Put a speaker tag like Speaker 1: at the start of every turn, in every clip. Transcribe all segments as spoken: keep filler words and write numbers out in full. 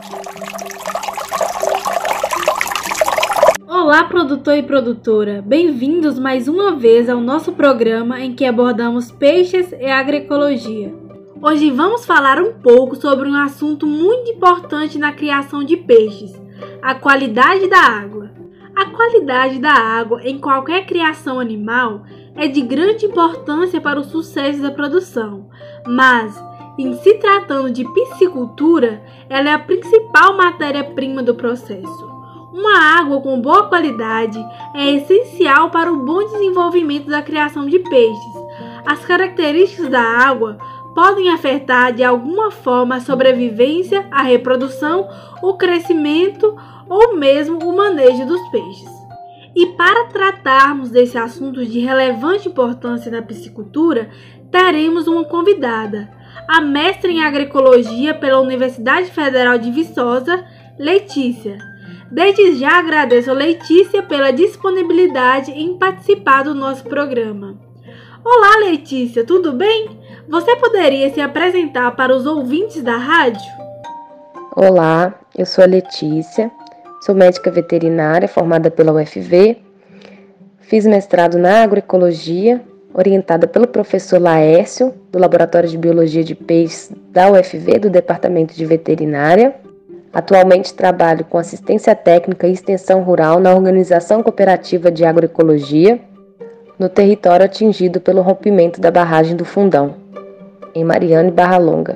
Speaker 1: Olá, produtor e produtora! Bem-vindos mais uma vez ao nosso programa em que abordamos peixes e agroecologia. Hoje vamos falar um pouco sobre um assunto muito importante na criação de peixes: a qualidade da água. A qualidade da água em qualquer criação animal é de grande importância para o sucesso da produção, mas, em se tratando de piscicultura, ela é a principal matéria-prima do processo. Uma água com boa qualidade é essencial para o bom desenvolvimento da criação de peixes. As características da água podem afetar de alguma forma a sobrevivência, a reprodução, o crescimento ou mesmo o manejo dos peixes. E para tratarmos desse assunto de relevante importância na piscicultura, teremos uma convidada, a mestre em agroecologia pela Universidade Federal de Viçosa, Letícia. Desde já agradeço a Letícia pela disponibilidade em participar do nosso programa. Olá, Letícia, tudo bem? Você poderia se apresentar para os ouvintes da rádio?
Speaker 2: Olá, eu sou a Letícia, sou médica veterinária formada pela U F V, fiz mestrado na agroecologia, orientada pelo professor Laércio, do Laboratório de Biologia de Peixes da U F V, do Departamento de Veterinária. Atualmente trabalho com assistência técnica e extensão rural na Organização Cooperativa de Agroecologia, no território atingido pelo rompimento da barragem do Fundão, em Mariana e Barra Longa.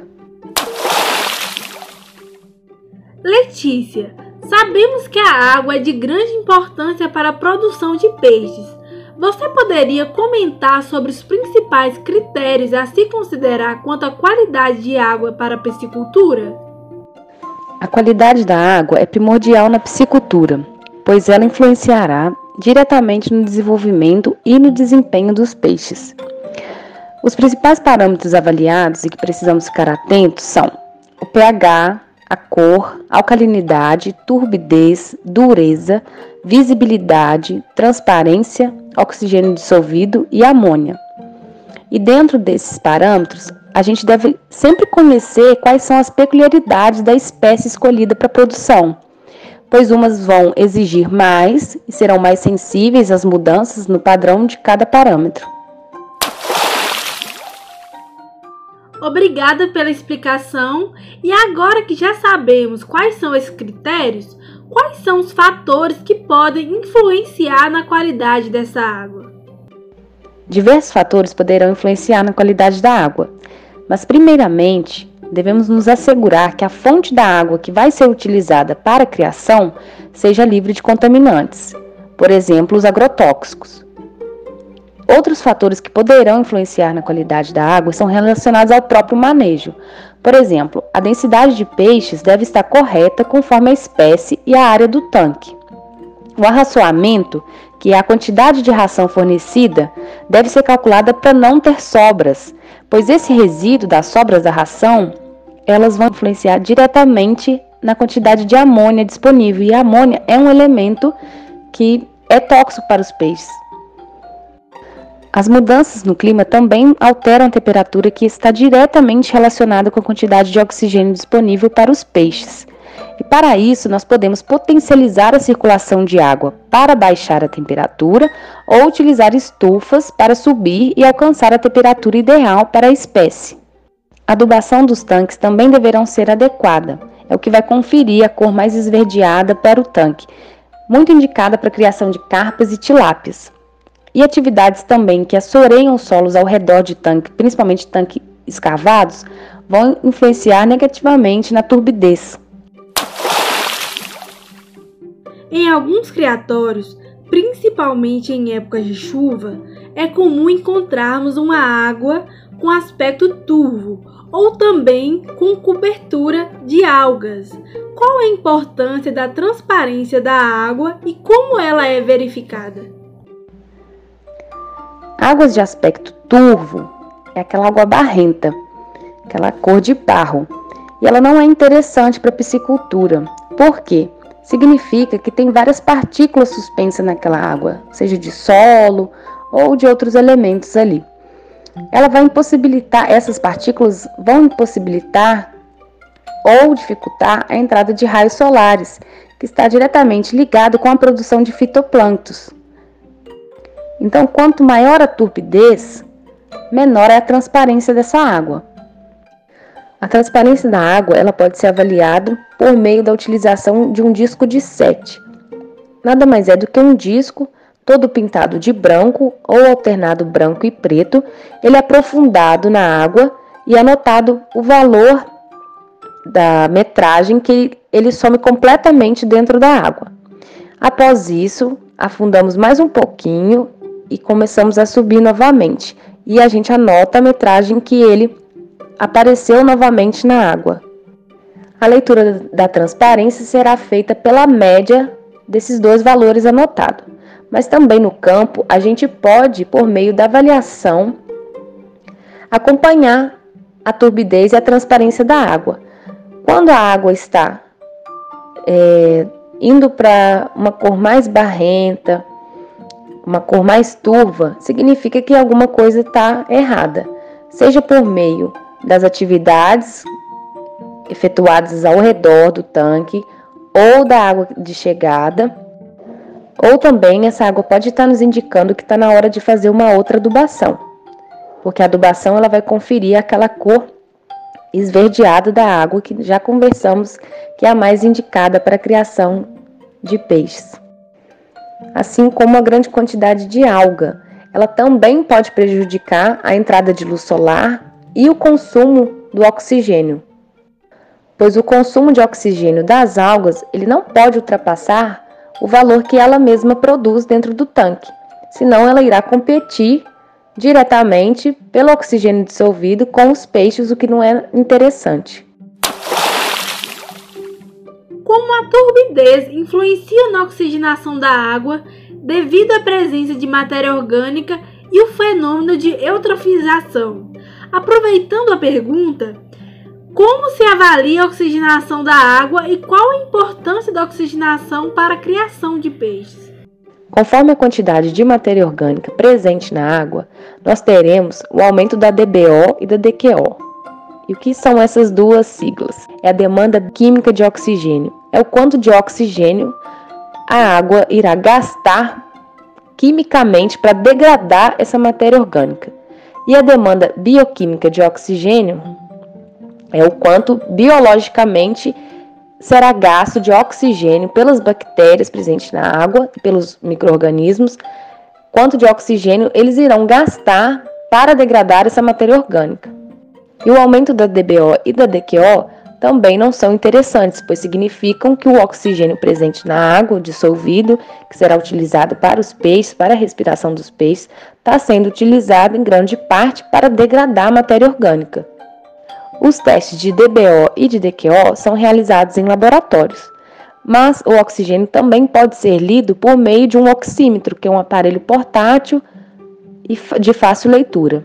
Speaker 1: Letícia, sabemos que a água é de grande importância para a produção de peixes. Você poderia comentar sobre os principais critérios a se considerar quanto à qualidade de água para a piscicultura?
Speaker 2: A qualidade da água é primordial na piscicultura, pois ela influenciará diretamente no desenvolvimento e no desempenho dos peixes. Os principais parâmetros avaliados e que precisamos ficar atentos são o pH, a cor, alcalinidade, turbidez, dureza, visibilidade, transparência, oxigênio dissolvido e amônia. E dentro desses parâmetros, a gente deve sempre conhecer quais são as peculiaridades da espécie escolhida para a produção, pois umas vão exigir mais e serão mais sensíveis às mudanças no padrão de cada parâmetro.
Speaker 1: Obrigada pela explicação. E agora que já sabemos quais são esses critérios, quais são os fatores que podem influenciar na qualidade dessa água?
Speaker 2: Diversos fatores poderão influenciar na qualidade da água, mas primeiramente devemos nos assegurar que a fonte da água que vai ser utilizada para a criação seja livre de contaminantes, por exemplo, os agrotóxicos. Outros fatores que poderão influenciar na qualidade da água são relacionados ao próprio manejo. Por exemplo, a densidade de peixes deve estar correta conforme a espécie e a área do tanque. O arraçoamento, que é a quantidade de ração fornecida, deve ser calculada para não ter sobras, pois esse resíduo das sobras da ração, elas vão influenciar diretamente na quantidade de amônia disponível, e a amônia é um elemento que é tóxico para os peixes. As mudanças no clima também alteram a temperatura, que está diretamente relacionada com a quantidade de oxigênio disponível para os peixes. E para isso, nós podemos potencializar a circulação de água para baixar a temperatura ou utilizar estufas para subir e alcançar a temperatura ideal para a espécie. A adubação dos tanques também deverão ser adequada, é o que vai conferir a cor mais esverdeada para o tanque, muito indicada para a criação de carpas e tilápias. E atividades também que assoreiam os solos ao redor de tanque, principalmente tanques escavados, vão influenciar negativamente na turbidez.
Speaker 1: Em alguns criatórios, principalmente em épocas de chuva, é comum encontrarmos uma água com aspecto turvo ou também com cobertura de algas. Qual a importância da transparência da água e como ela é verificada?
Speaker 2: Águas de aspecto turvo é aquela água barrenta, aquela cor de barro, e ela não é interessante para a piscicultura. Por quê? Significa que tem várias partículas suspensas naquela água, seja de solo ou de outros elementos ali. Ela vai impossibilitar, essas partículas vão impossibilitar ou dificultar a entrada de raios solares, que está diretamente ligado com a produção de fitoplânctons. Então, quanto maior a turbidez, menor é a transparência dessa água. A transparência da água ela pode ser avaliada por meio da utilização de um disco de sete. Nada mais é do que um disco todo pintado de branco ou alternado branco e preto, ele é aprofundado na água e anotado o valor da metragem que ele some completamente dentro da água. Após isso, afundamos mais um pouquinho e começamos a subir novamente. E a gente anota a metragem que ele apareceu novamente na água. A leitura da transparência será feita pela média desses dois valores anotados. Mas também no campo, a gente pode, por meio da avaliação, acompanhar a turbidez e a transparência da água. Quando a água está é, indo para uma cor mais barrenta, uma cor mais turva, significa que alguma coisa está errada, seja por meio das atividades efetuadas ao redor do tanque ou da água de chegada, ou também essa água pode estar nos indicando que está na hora de fazer uma outra adubação, porque a adubação ela vai conferir aquela cor esverdeada da água que já conversamos que é a mais indicada para a criação de peixes. Assim como a grande quantidade de alga, ela também pode prejudicar a entrada de luz solar e o consumo do oxigênio, pois o consumo de oxigênio das algas ele não pode ultrapassar o valor que ela mesma produz dentro do tanque, senão ela irá competir diretamente pelo oxigênio dissolvido com os peixes, o que não é interessante.
Speaker 1: Como a turbidez influencia na oxigenação da água devido à presença de matéria orgânica e o fenômeno de eutrofização? Aproveitando a pergunta, como se avalia a oxigenação da água e qual a importância da oxigenação para a criação de peixes?
Speaker 2: Conforme a quantidade de matéria orgânica presente na água, nós teremos o aumento da D B O e da D Q O. E o que são essas duas siglas? É a demanda química de oxigênio. É o quanto de oxigênio a água irá gastar quimicamente para degradar essa matéria orgânica. E a demanda bioquímica de oxigênio é o quanto biologicamente será gasto de oxigênio pelas bactérias presentes na água e pelos micro-organismos, quanto de oxigênio eles irão gastar para degradar essa matéria orgânica. E o aumento da D B O e da D Q O também não são interessantes, pois significam que o oxigênio presente na água, dissolvido, que será utilizado para os peixes, para a respiração dos peixes, está sendo utilizado em grande parte para degradar a matéria orgânica. Os testes de D B O e de D Q O são realizados em laboratórios, mas o oxigênio também pode ser lido por meio de um oxímetro, que é um aparelho portátil e de fácil leitura.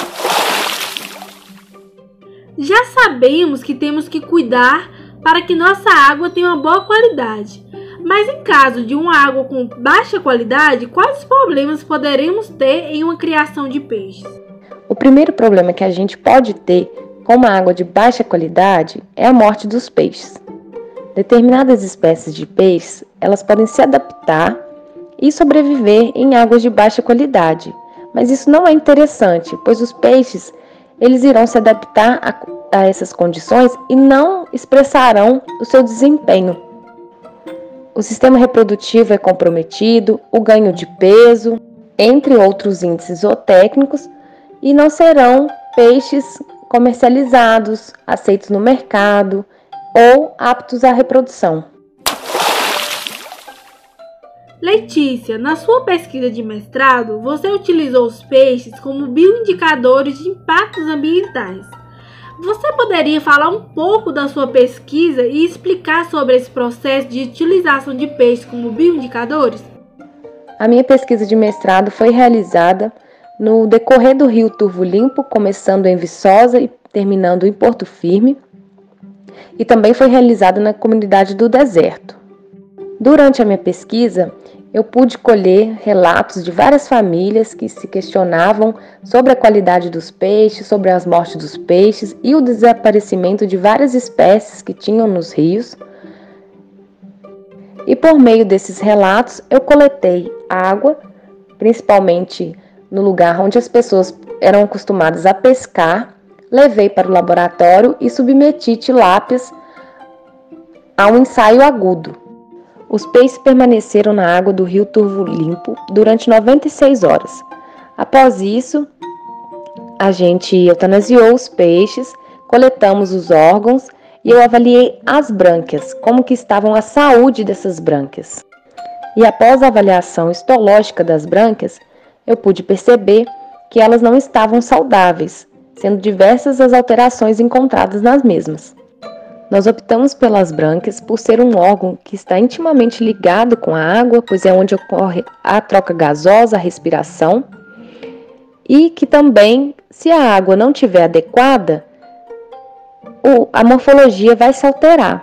Speaker 1: Já sabemos que temos que cuidar para que nossa água tenha uma boa qualidade, mas em caso de uma água com baixa qualidade, quais problemas poderemos ter em uma criação de peixes?
Speaker 2: O primeiro problema que a gente pode ter com uma água de baixa qualidade é a morte dos peixes. Determinadas espécies de peixes, elas podem se adaptar e sobreviver em águas de baixa qualidade, mas isso não é interessante, pois os peixes eles irão se adaptar a, a essas condições e não expressarão o seu desempenho. O sistema reprodutivo é comprometido, o ganho de peso, entre outros índices zootécnicos, e não serão peixes comercializados, aceitos no mercado ou aptos à reprodução.
Speaker 1: Letícia, na sua pesquisa de mestrado, você utilizou os peixes como bioindicadores de impactos ambientais. Você poderia falar um pouco da sua pesquisa e explicar sobre esse processo de utilização de peixes como bioindicadores?
Speaker 2: A minha pesquisa de mestrado foi realizada no decorrer do rio Turvo Limpo, começando em Viçosa e terminando em Porto Firme, e também foi realizada na comunidade do Deserto. Durante a minha pesquisa, eu pude colher relatos de várias famílias que se questionavam sobre a qualidade dos peixes, sobre as mortes dos peixes e o desaparecimento de várias espécies que tinham nos rios. E por meio desses relatos, eu coletei água, principalmente no lugar onde as pessoas eram acostumadas a pescar, levei para o laboratório e submeti tilápias a um ensaio agudo. Os peixes permaneceram na água do rio Turvo limpo durante noventa e seis horas. Após isso, a gente eutanasiou os peixes, coletamos os órgãos e eu avaliei as brânquias, como que estavam a saúde dessas brânquias. E após a avaliação histológica das brânquias, eu pude perceber que elas não estavam saudáveis, sendo diversas as alterações encontradas nas mesmas. Nós optamos pelas brânquias por ser um órgão que está intimamente ligado com a água, pois é onde ocorre a troca gasosa, a respiração, e que também, se a água não estiver adequada, a morfologia vai se alterar.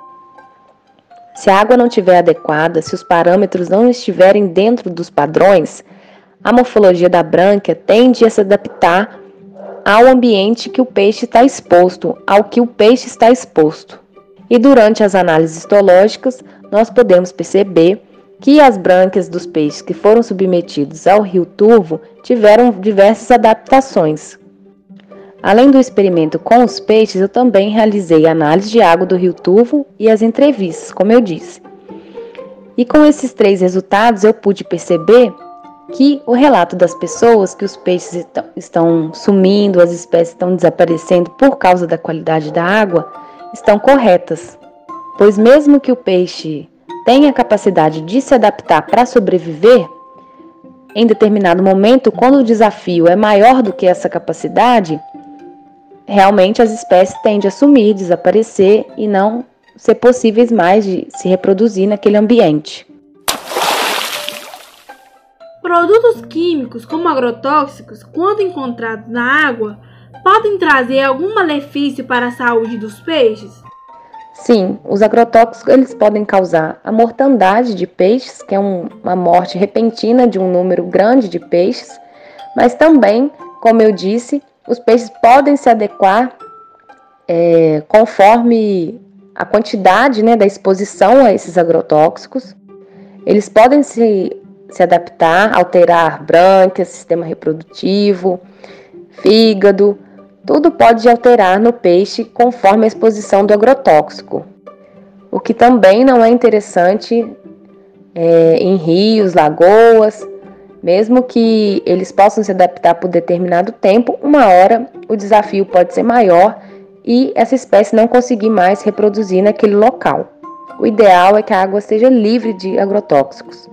Speaker 2: Se a água não estiver adequada, se os parâmetros não estiverem dentro dos padrões, a morfologia da brânquia tende a se adaptar ao ambiente que o peixe está exposto, ao que o peixe está exposto. E durante as análises histológicas, nós podemos perceber que as brânquias dos peixes que foram submetidos ao rio Turvo tiveram diversas adaptações. Além do experimento com os peixes, eu também realizei análise de água do rio Turvo e as entrevistas, como eu disse. E com esses três resultados, eu pude perceber que o relato das pessoas que os peixes estão sumindo, as espécies estão desaparecendo por causa da qualidade da água, estão corretas. Pois mesmo que o peixe tenha a capacidade de se adaptar para sobreviver, em determinado momento, quando o desafio é maior do que essa capacidade, realmente as espécies tendem a sumir, desaparecer e não ser possíveis mais de se reproduzir naquele ambiente.
Speaker 1: Produtos químicos, como agrotóxicos, quando encontrados na água, podem trazer algum malefício para a saúde dos peixes?
Speaker 2: Sim, os agrotóxicos eles podem causar a mortandade de peixes, que é um, uma morte repentina de um número grande de peixes, mas também, como eu disse, os peixes podem se adequar é, conforme a quantidade, né, da exposição a esses agrotóxicos. Eles podem se se adaptar, alterar brânquias, sistema reprodutivo, fígado, tudo pode alterar no peixe conforme a exposição do agrotóxico. O que também não é interessante é, em rios, lagoas, mesmo que eles possam se adaptar por determinado tempo, uma hora o desafio pode ser maior e essa espécie não conseguir mais reproduzir naquele local. O ideal é que a água seja livre de agrotóxicos.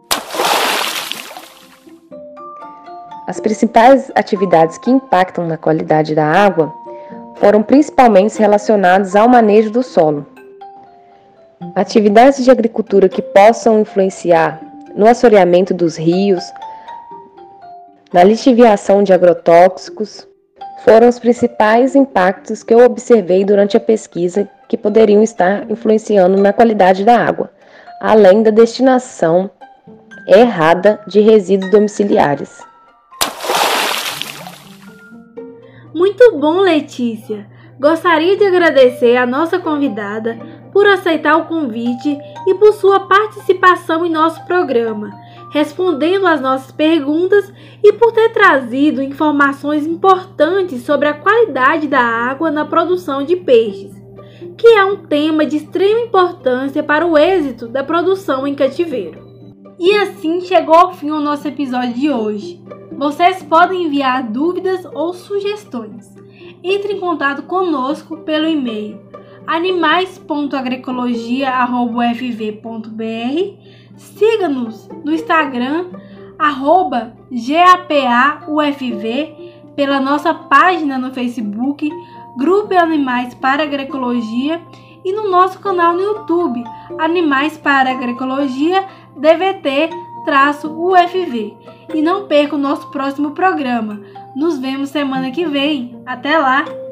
Speaker 2: As principais atividades que impactam na qualidade da água foram principalmente relacionadas ao manejo do solo. Atividades de agricultura que possam influenciar no assoreamento dos rios, na lixiviação de agrotóxicos, foram os principais impactos que eu observei durante a pesquisa que poderiam estar influenciando na qualidade da água, além da destinação errada de resíduos domiciliares.
Speaker 1: Muito bom, Letícia! Gostaria de agradecer a nossa convidada por aceitar o convite e por sua participação em nosso programa, respondendo às nossas perguntas e por ter trazido informações importantes sobre a qualidade da água na produção de peixes, que é um tema de extrema importância para o êxito da produção em cativeiro. E assim chegou ao fim o nosso episódio de hoje. Vocês podem enviar dúvidas ou sugestões. Entre em contato conosco pelo e-mail animais ponto agroecologia arroba u f v ponto b r. Siga-nos no Instagram arroba gapaufv, pela nossa página no Facebook, Grupo Animais para Agroecologia, e no nosso canal no YouTube, Animais para Agroecologia D V T U F V. E não perca o nosso próximo programa. Nos vemos semana que vem. Até lá!